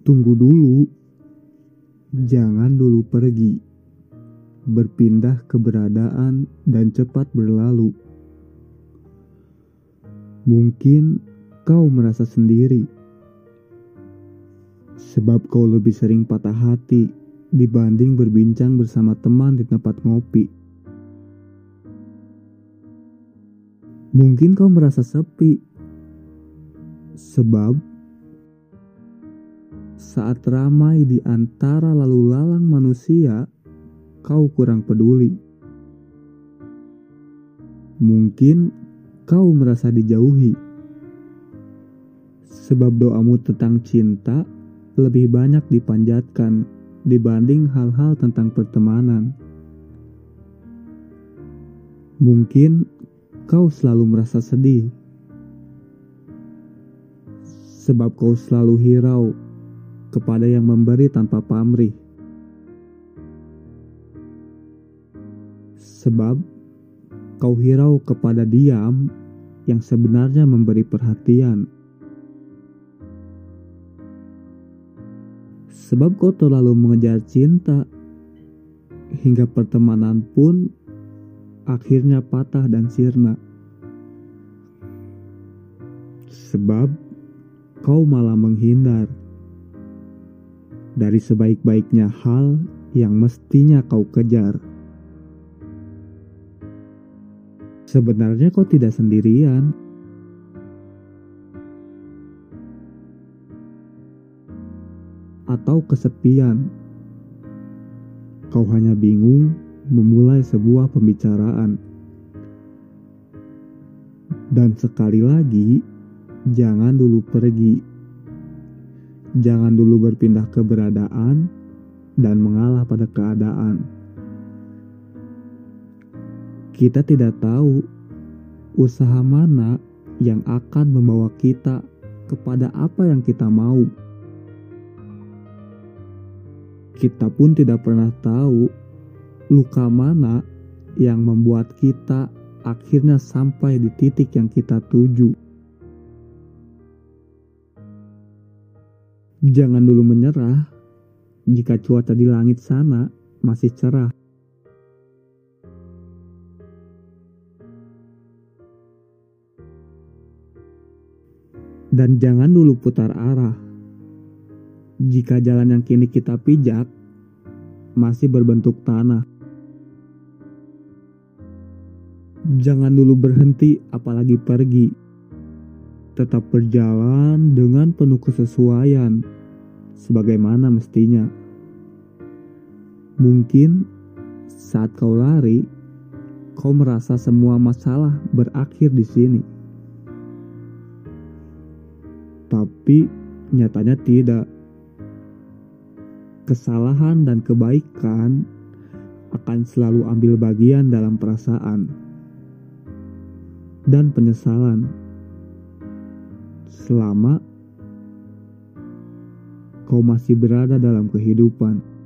Tunggu dulu, jangan dulu pergi, berpindah keberadaan dan cepat berlalu. Mungkin kau merasa sendiri, sebab kau lebih sering patah hati dibanding berbincang bersama teman di tempat ngopi. Mungkin kau merasa sepi, sebab saat ramai di antara lalu lalang manusia, kau kurang peduli. Mungkin kau merasa dijauhi, sebab doamu tentang cinta lebih banyak dipanjatkan dibanding hal-hal tentang pertemanan. Mungkin kau selalu merasa sedih, sebab kau selalu hirau kepada yang memberi tanpa pamrih. Sebab kau hirau kepada diam yang sebenarnya memberi perhatian. Sebab kau terlalu mengejar cinta hingga pertemanan pun akhirnya patah dan sirna. Sebab kau malah menghindar dari sebaik-baiknya hal yang mestinya kau kejar. Sebenarnya kau tidak sendirian. Atau kesepian. Kau hanya bingung memulai sebuah pembicaraan. Dan sekali lagi, jangan dulu pergi. Jangan dulu berpindah keberadaan dan mengalah pada keadaan. Kita tidak tahu usaha mana yang akan membawa kita kepada apa yang kita mau. Kita pun tidak pernah tahu luka mana yang membuat kita akhirnya sampai di titik yang kita tuju. Jangan dulu menyerah jika cuaca di langit sana masih cerah. Dan jangan dulu putar arah jika jalan yang kini kita pijak masih berbentuk tanah. Jangan dulu berhenti apalagi pergi. Tetap berjalan dengan penuh kesesuaian sebagaimana mestinya. Mungkin saat kau lari, kau merasa semua masalah berakhir di sini. Tapi nyatanya tidak. Kesalahan dan kebaikan akan selalu ambil bagian dalam perasaan dan penyesalan selama kau masih berada dalam kehidupan.